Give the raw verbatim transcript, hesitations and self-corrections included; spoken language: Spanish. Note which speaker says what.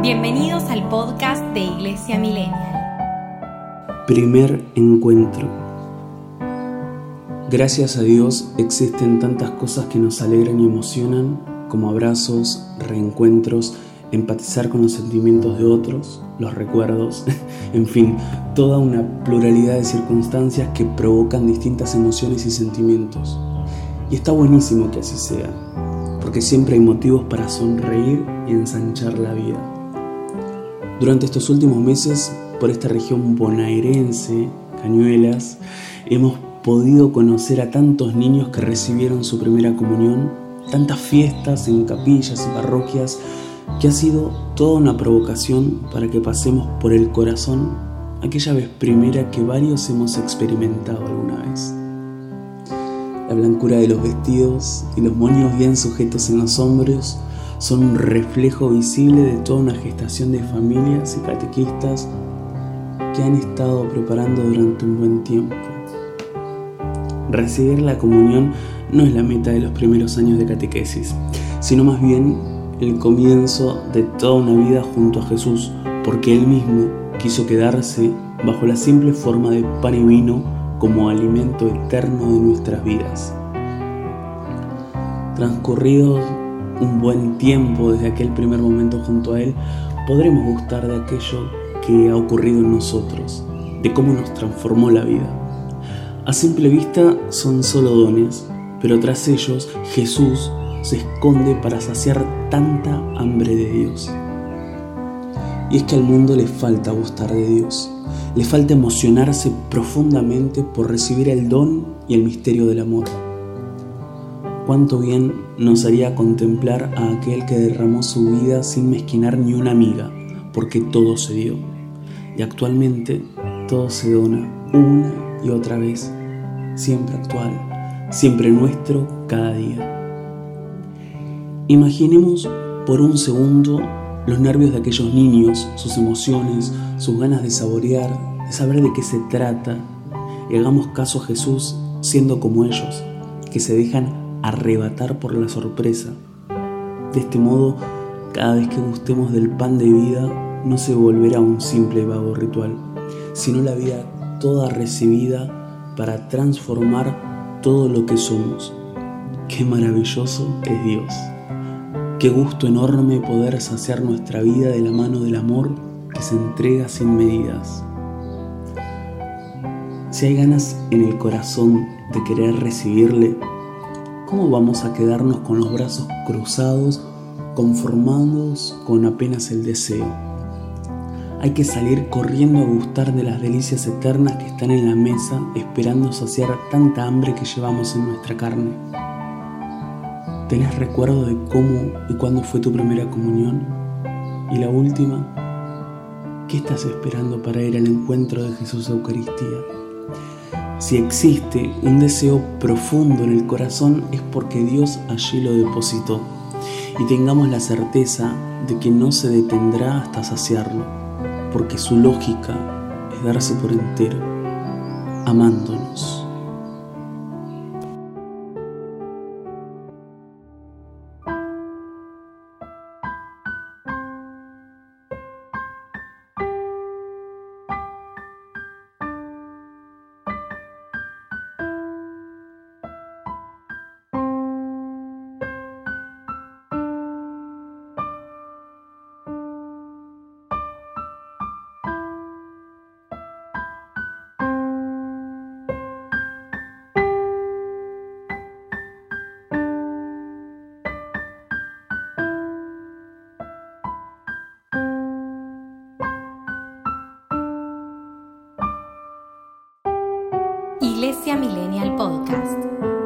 Speaker 1: Bienvenidos al podcast de Iglesia Millennial.
Speaker 2: Primer encuentro. Gracias a Dios existen tantas cosas que nos alegran y emocionan, como abrazos, reencuentros, empatizar con los sentimientos de otros, los recuerdos, en fin, toda una pluralidad de circunstancias que provocan distintas emociones y sentimientos. Y está buenísimo que así sea, porque siempre hay motivos para sonreír y ensanchar la vida. Durante estos últimos meses, por esta región bonaerense, Cañuelas, hemos podido conocer a tantos niños que recibieron su primera comunión, tantas fiestas en capillas y parroquias, que ha sido toda una provocación para que pasemos por el corazón aquella vez primera que varios hemos experimentado alguna vez. La blancura de los vestidos y los moños bien sujetos en los hombros son un reflejo visible de toda una gestación de familias y catequistas que han estado preparando durante un buen tiempo. Recibir la comunión no es la meta de los primeros años de catequesis, sino más bien el comienzo de toda una vida junto a Jesús, porque Él mismo quiso quedarse bajo la simple forma de pan y vino como alimento eterno de nuestras vidas. Transcurrido un buen tiempo desde aquel primer momento junto a Él, podremos gustar de aquello que ha ocurrido en nosotros, de cómo nos transformó la vida. A simple vista son solo dones, pero tras ellos Jesús se esconde para saciar tanta hambre de Dios. Y es que al mundo le falta gustar de Dios, le falta emocionarse profundamente por recibir el don y el misterio del amor. Cuánto bien nos haría contemplar a aquel que derramó su vida sin mezquinar ni una miga, porque todo se dio. Y actualmente todo se dona una y otra vez, siempre actual, siempre nuestro cada día. Imaginemos por un segundo los nervios de aquellos niños, sus emociones, sus ganas de saborear, de saber de qué se trata, y hagamos caso a Jesús siendo como ellos, que se dejan arrebatar por la sorpresa. De este modo, cada vez que gustemos del pan de vida, no se volverá un simple y vago ritual, sino la vida toda recibida para transformar todo lo que somos. ¡Qué maravilloso es Dios! ¡Qué gusto enorme poder saciar nuestra vida de la mano del amor que se entrega sin medidas! Si hay ganas en el corazón de querer recibirle, ¿cómo vamos a quedarnos con los brazos cruzados, conformados con apenas el deseo? Hay que salir corriendo a gustar de las delicias eternas que están en la mesa, esperando saciar tanta hambre que llevamos en nuestra carne. ¿Tenés recuerdo de cómo y cuándo fue tu primera comunión? Y la última, ¿qué estás esperando para ir al encuentro de Jesús Eucaristía? Si existe un deseo profundo en el corazón es porque Dios allí lo depositó, y tengamos la certeza de que no se detendrá hasta saciarlo, porque su lógica es darse por entero, amándonos.
Speaker 1: Iglesia Millennial Podcast.